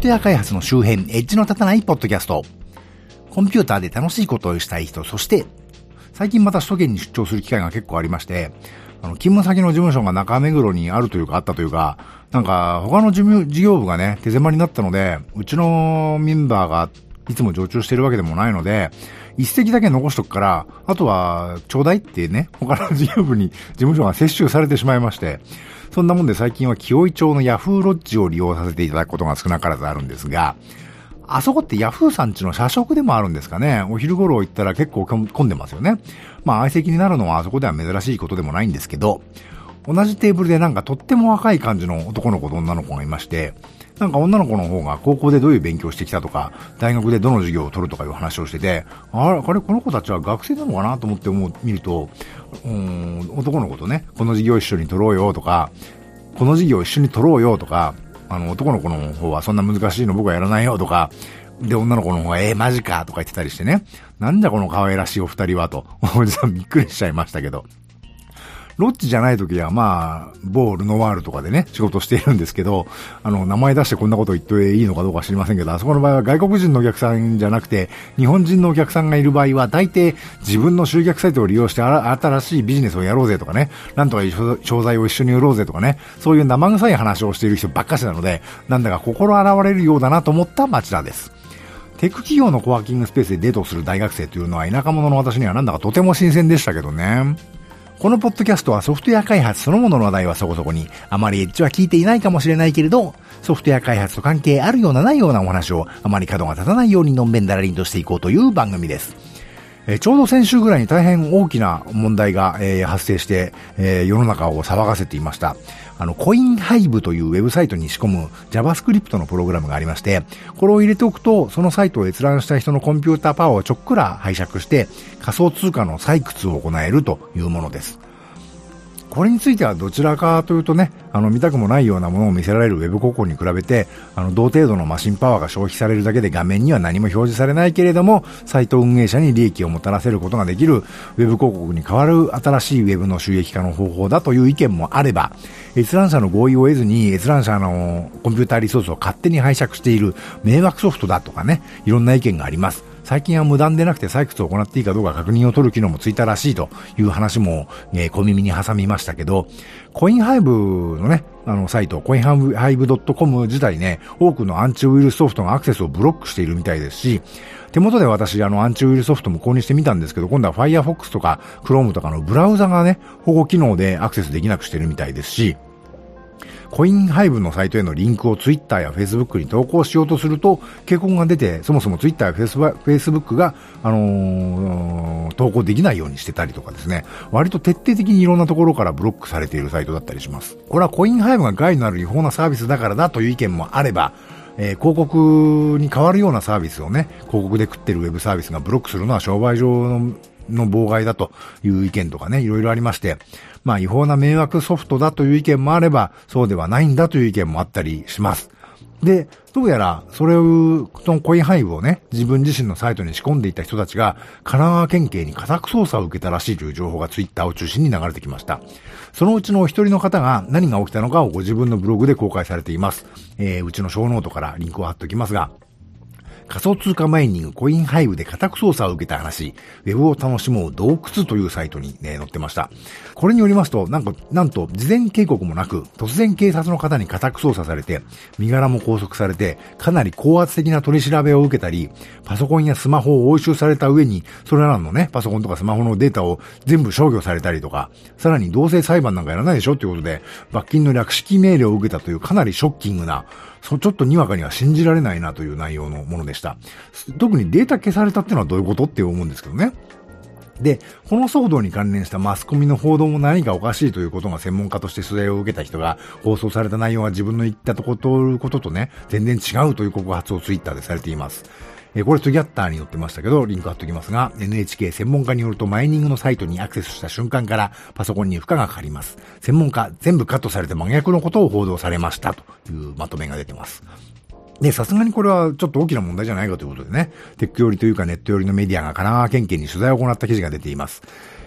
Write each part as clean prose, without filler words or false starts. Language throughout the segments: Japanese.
トウェア開発の周辺、エッジの立たないポッドキャスト。コンピューターで楽しいことをしたい人、そして、最近また首都圏に出張する機会が結構ありまして、勤務先の事務所が中目黒にあるというかあったというか、なんか他の事業部がね、手狭になったので、うちのメンバーがいつも常駐しているわけでもないので、一席だけ残しとくから、あとはちょうだいってね、他の事業部に事務所が接収されてしまいまして、そんなもんで最近は清井町のヤフーロッジを利用させていただくことが少なからずあるんですが、あそこってヤフーさんちの社食でもあるんですかね。お昼頃行ったら結構混んでますよね。まあ相席になるのはあそこでは珍しいことでもないんですけど、同じテーブルでなんかとっても若い感じの男の子と女の子がいまして、なんか女の子の方が高校でどういう勉強してきたとか、大学でどの授業を取るとかいう話をしてて、あれこの子たちは学生なのかなと思って見ると、男の子とね、この授業一緒に取ろうよとか、この授業一緒に取ろうよとか、男の子の方はそんな難しいの僕はやらないよとか、で、女の子の方がマジかとか言ってたりしてね、なんじゃこの可愛らしいお二人はと、おじさんびっくりしちゃいましたけど。ロッチじゃない時はまあ、某ルノワールとかでね、仕事しているんですけど、名前出してこんなこと言っていいのかどうか知りませんけど、あそこの場合は外国人のお客さんじゃなくて、日本人のお客さんがいる場合は、大抵自分の集客サイトを利用して新しいビジネスをやろうぜとかね、なんとか商材を一緒に売ろうぜとかね、そういう生臭い話をしている人ばっかしなので、なんだか心洗われるようだなと思った町田です。テック企業のコワーキングスペースでデートをする大学生というのは田舎者の私にはなんだかとても新鮮でしたけどね。このポッドキャストはソフトウェア開発そのものの話題はそこそこに、あまりエッジは聞いていないかもしれないけれど、ソフトウェア開発と関係あるようなないようなお話をあまり角が立たないようにのんべんだらりんとしていこうという番組です。ちょうど先週ぐらいに大変大きな問題が、発生して、世の中を騒がせていました。コインハイブというウェブサイトに仕込む JavaScript のプログラムがありまして、これを入れておくと、そのサイトを閲覧した人のコンピューターパワーをちょっくら拝借して、仮想通貨の採掘を行えるというものです。これについてはどちらかというとね、見たくもないようなものを見せられるウェブ広告に比べて、同程度のマシンパワーが消費されるだけで画面には何も表示されないけれども、サイト運営者に利益をもたらせることができるウェブ広告に代わる新しいウェブの収益化の方法だという意見もあれば、閲覧者の合意を得ずに閲覧者のコンピューターリソースを勝手に拝借している迷惑ソフトだとかね、いろんな意見があります。最近は無断でなくて採掘を行っていいかどうか確認を取る機能もついたらしいという話も、小耳に挟みましたけど、コインハイブのね、サイト、コインハイブ .com 自体ね、多くのアンチウイルスソフトがアクセスをブロックしているみたいですし、手元で私、アンチウイルスソフトも購入してみたんですけど、今度は Firefox とか Chrome とかのブラウザがね、保護機能でアクセスできなくしてるみたいですし、コインハイブのサイトへのリンクをツイッターやフェイスブックに投稿しようとすると警告が出て、そもそもツイッターやフェイスブックが、投稿できないようにしてたりとかですね、割と徹底的にいろんなところからブロックされているサイトだったりします。これはコインハイブが害のある違法なサービスだからだという意見もあれば、広告に変わるようなサービスをね、広告で食ってるウェブサービスがブロックするのは商売上の妨害だという意見とかね、いろいろありまして、まあ違法な迷惑ソフトだという意見もあれば、そうではないんだという意見もあったりします。で、どうやら、そのコインハイブをね、自分自身のサイトに仕込んでいた人たちが、神奈川県警に家宅捜査を受けたらしいという情報がツイッターを中心に流れてきました。そのうちのお一人の方が何が起きたのかをご自分のブログで公開されています。うちの小ノートからリンクを貼っておきますが、仮想通貨マイニングコインハイブで家宅捜査を受けた話、ウェブを楽しもう洞窟というサイトに、載ってました。これによりますと、なんと事前警告もなく、突然警察の方に家宅捜査されて、身柄も拘束されて、かなり高圧的な取り調べを受けたり、パソコンやスマホを押収された上に、それらのね、パソコンとかスマホのデータを全部消去されたりとか、さらに同性裁判なんかやらないでしょっていうことで、罰金の略式命令を受けたというかなりショッキングな、ちょっとにわかには信じられないなという内容のものでした。特にデータ消されたっていうのはどういうことって思うんですけどね。で、この騒動に関連したマスコミの報道も何かおかしいということが専門家として取材を受けた人が、放送された内容は自分の言ったこととね、全然違うという告発をツイッターでされています。これトギャッターに載ってましたけど、リンク貼っときますが、NHK 専門家によるとマイニングのサイトにアクセスした瞬間からパソコンに負荷がかかります。専門家全部カットされて真逆のことを報道されましたというまとめが出てます。で、さすがにこれはちょっと大きな問題じゃないかということでね、テック寄りというかネット寄りのメディアが神奈川県警に取材を行った記事が出ています。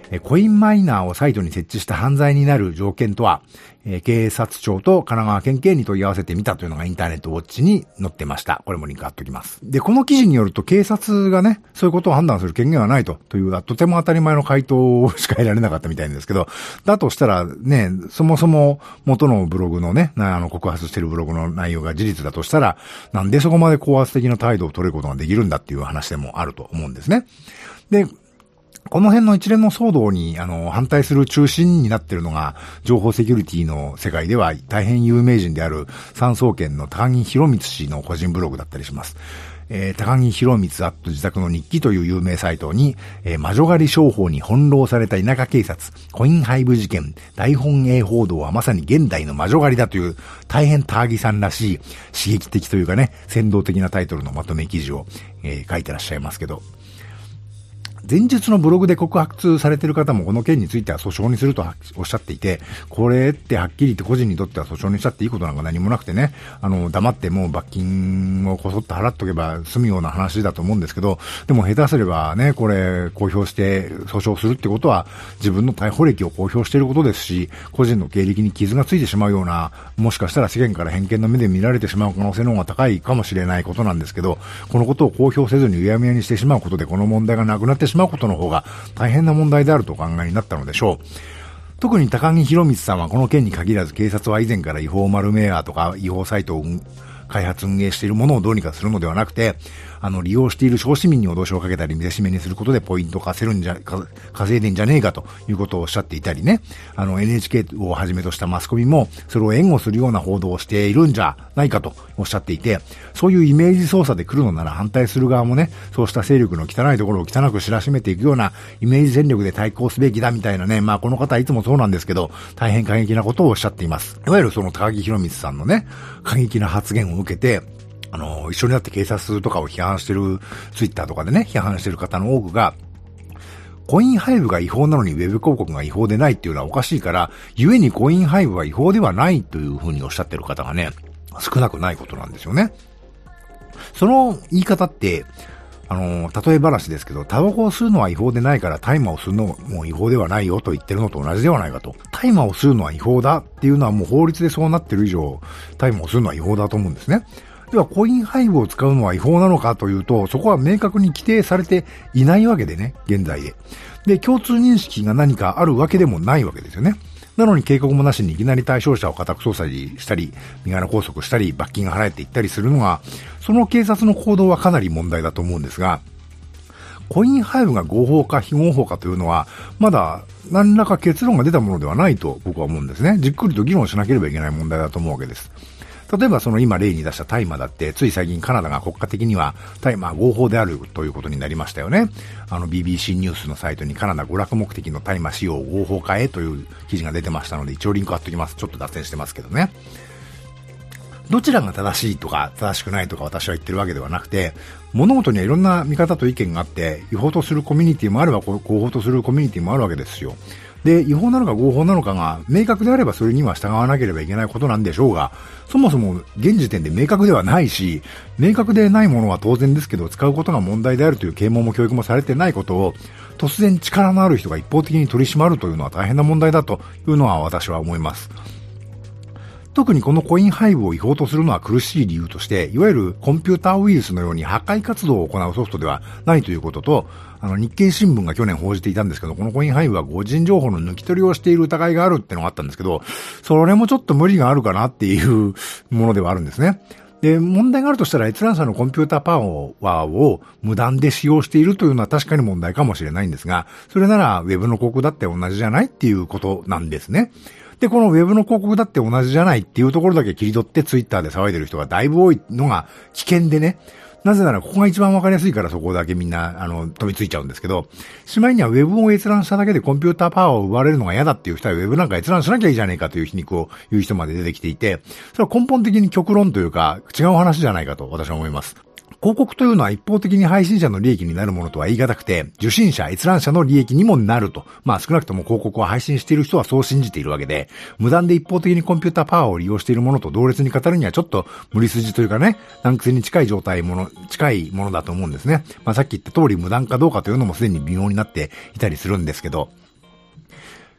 コインマイナーをサイトに設置した犯罪になる条件とは、警察庁と神奈川県警に問い合わせてみたというのがインターネットウォッチに載ってました。これもリンク貼っておきます。で、この記事によると警察がね、そういうことを判断する権限はないという、とても当たり前の回答しか得られなかったみたいなんですけど、だとしたらね、そもそも元のブログのね、告発してるブログの内容が事実だとしたら、なんでそこまで高圧的な態度を取ることができるんだっていう話でもあると思うんですね。で、この辺の一連の騒動に、反対する中心になっているのが、情報セキュリティの世界では大変有名人である産総研の高木博光氏の個人ブログだったりします。高木博光自宅の日記という有名サイトに、魔女狩り商法に翻弄された田舎警察、コインハイブ事件、大本営報道はまさに現代の魔女狩りだという大変高木さんらしい刺激的というかね、先導的なタイトルのまとめ記事を、書いてらっしゃいますけど、前述のブログで告発されている方もこの件については訴訟にするとおっしゃっていて、これってはっきり言って個人にとっては訴訟にしたっていいことなんか何もなくてね、黙ってもう罰金をこそっと払っとけば済むような話だと思うんですけど、でも下手すればね、これ公表して訴訟するってことは自分の逮捕歴を公表していることですし、個人の経歴に傷がついてしまうような、もしかしたら世間から偏見の目で見られてしまう可能性の方が高いかもしれないことなんですけど、このことを公表せずにうやむやにしてしまうことでこの問題がなくなってしまうことの方が大変な問題であるとお考えになったのでしょう。特に高木博光さんはこの件に限らず警察は以前から違法マルメアとか違法サイトを開発運営しているものをどうにかするのではなくて、利用している小市民に脅しをかけたり見せしめにすることでポイントを稼いでんじゃねえかということをおっしゃっていたりね、NHK をはじめとしたマスコミもそれを援護するような報道をしているんじゃないかとおっしゃっていて、そういうイメージ操作で来るのなら反対する側もね、そうした勢力の汚いところを汚く知らしめていくようなイメージ戦力で対抗すべきだみたいなね、この方はいつもそうなんですけど、大変過激なことをおっしゃっています。いわゆるその高木博光さんのね、過激な発言を受けて、一緒になって警察とかを批判してる、ツイッターとかでね、批判してる方の多くが、コインハイブが違法なのにウェブ広告が違法でないっていうのはおかしいから、故にコインハイブは違法ではないというふうにおっしゃってる方がね、少なくないことなんですよね。その言い方って、例え話ですけど、タバコを吸うのは違法でないから大麻を吸うのも違法ではないよと言ってるのと同じではないかと。大麻を吸うのは違法だっていうのはもう法律でそうなってる以上、大麻を吸うのは違法だと思うんですね。ではコインハイブを使うのは違法なのかというと、そこは明確に規定されていないわけでね、現在で。で、共通認識が何かあるわけでもないわけですよね。なのに警告もなしにいきなり対象者を家宅捜査したり、身柄拘束したり、罰金が払えていったりするのが、その警察の行動はかなり問題だと思うんですが、コインハイブが合法か非合法かというのは、まだ何らか結論が出たものではないと僕は思うんですね。じっくりと議論しなければいけない問題だと思うわけです。例えばその今例に出した大麻だって、つい最近カナダが国家的には大麻合法であるということになりましたよね。BBC ニュースのサイトにカナダ娯楽目的の大麻使用合法化へという記事が出てましたので、一応リンク貼っておきます。ちょっと脱線してますけどね。どちらが正しいとか正しくないとか私は言ってるわけではなくて、物事にはいろんな見方と意見があって、違法とするコミュニティもあれば合法とするコミュニティもあるわけですよ。で、違法なのか合法なのかが明確であればそれには従わなければいけないことなんでしょうが、そもそも現時点で明確ではないし、明確でないものは当然ですけど使うことが問題であるという啓蒙も教育もされてないことを突然力のある人が一方的に取り締まるというのは大変な問題だというのは私は思います。特にこのコインハイブを違法とするのは苦しい理由として、いわゆるコンピューターウイルスのように破壊活動を行うソフトではないということと、日経新聞が去年報じていたんですけど、このコインハイブは個人情報の抜き取りをしている疑いがあるってのがあったんですけど、それもちょっと無理があるかなっていうものではあるんですね。で、問題があるとしたら閲覧者のコンピューターパワーを無断で使用しているというのは確かに問題かもしれないんですが、それならウェブの広告だって同じじゃないっていうことなんですね。で、このウェブの広告だって同じじゃないっていうところだけ切り取ってツイッターで騒いでる人がだいぶ多いのが危険でね。なぜならここが一番わかりやすいからそこだけみんな飛びついちゃうんですけど、しまいにはウェブを閲覧しただけでコンピューターパワーを奪われるのが嫌だっていう人はウェブなんか閲覧しなきゃいいじゃねえかという皮肉を言う人まで出てきていて、それは根本的に極論というか違う話じゃないかと私は思います。広告というのは一方的に配信者の利益になるものとは言い難くて、受信者、閲覧者の利益にもなると。少なくとも広告を配信している人はそう信じているわけで、無断で一方的にコンピューターパワーを利用しているものと同列に語るにはちょっと無理筋というかね、難癖に近いものだと思うんですね。さっき言った通り無断かどうかというのもすでに微妙になっていたりするんですけど、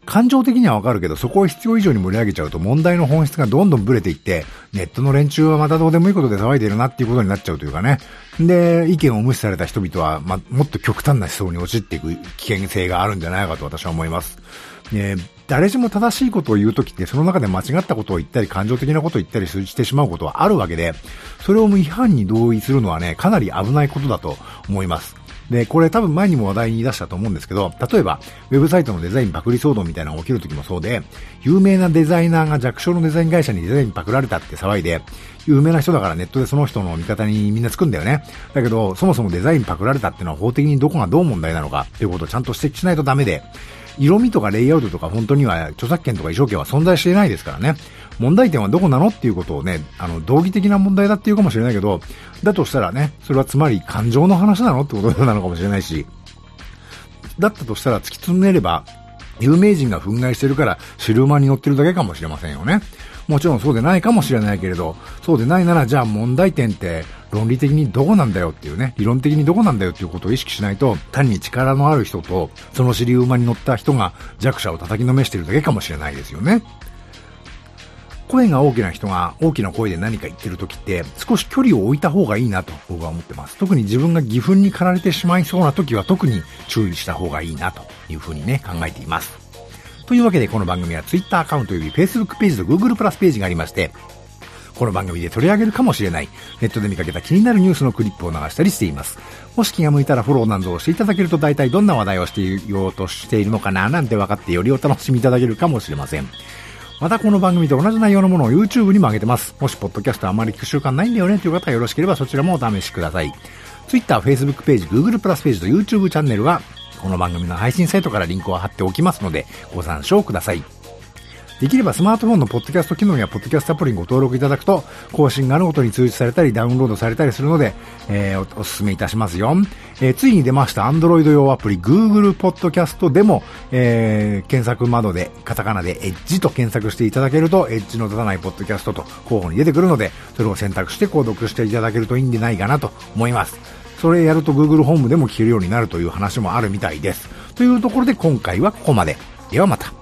感情的にはわかるけど、そこを必要以上に盛り上げちゃうと問題の本質がどんどんブレていって、ネットの連中はまたどうでもいいことで騒いでるなっていうことになっちゃうというかね。で、意見を無視された人々は、もっと極端な思想に陥っていく危険性があるんじゃないかと私は思います。誰しも正しいことを言うときって、その中で間違ったことを言ったり、感情的なことを言ったりしてしまうことはあるわけで、それを無違反に同意するのはね、かなり危ないことだと思います。で、これ多分前にも話題に出したと思うんですけど、例えば、ウェブサイトのデザインパクリ騒動みたいなのが起きるときもそうで、有名なデザイナーが弱小のデザイン会社にデザインパクられたって騒いで、有名な人だからネットでその人の味方にみんなつくんだよね。だけど、そもそもデザインパクられたってのは法的にどこがどう問題なのかっていうことをちゃんと指摘しないとダメで、色味とかレイアウトとか本当には著作権とか衣装権は存在していないですからね。問題点はどこなのっていうことをね、道義的な問題だっていうかもしれないけど、だとしたらね、それはつまり感情の話なのってことなのかもしれないし、だったとしたら突き詰めれば、有名人が憤慨してるから汁馬に乗ってるだけかもしれませんよね。もちろんそうでないかもしれないけれど、そうでないならじゃあ問題点って論理的にどこなんだよっていうね、理論的にどこなんだよっていうことを意識しないと、単に力のある人とその尻馬に乗った人が弱者を叩きのめしてるだけかもしれないですよね。声が大きな人が大きな声で何か言ってる時って少し距離を置いた方がいいなと僕は思ってます。特に自分が義憤に駆られてしまいそうな時は特に注意した方がいいなというふうにね考えています。というわけでこの番組は Twitter アカウントより Facebook ページと Google プラスページがありまして、この番組で取り上げるかもしれないネットで見かけた気になるニュースのクリップを流したりしています。もし気が向いたらフォローなどをしていただけると大体どんな話題をしていようとしているのかななんて分かってよりお楽しみいただけるかもしれません。またこの番組と同じ内容のものを YouTube にも上げてます。もしポッドキャストあまり聞く習慣ないんだよねという方はよろしければそちらもお試しください。Twitter、Facebook ページ、Google プラスページと YouTube チャンネルはこの番組の配信サイトからリンクを貼っておきますのでご参照ください。できればスマートフォンのポッドキャスト機能やポッドキャストアプリにご登録いただくと更新があるごとに通知されたりダウンロードされたりするので、お勧めいたしますよ。ついに出ました Android 用アプリ Google ポッドキャストでも、検索窓でカタカナでエッジと検索していただけるとエッジの立たないポッドキャストと候補に出てくるので、それを選択して購読していただけるといいんでないかなと思います。それやると Google ホームでも聞けるようになるという話もあるみたいです。というところで今回はここまで。ではまた。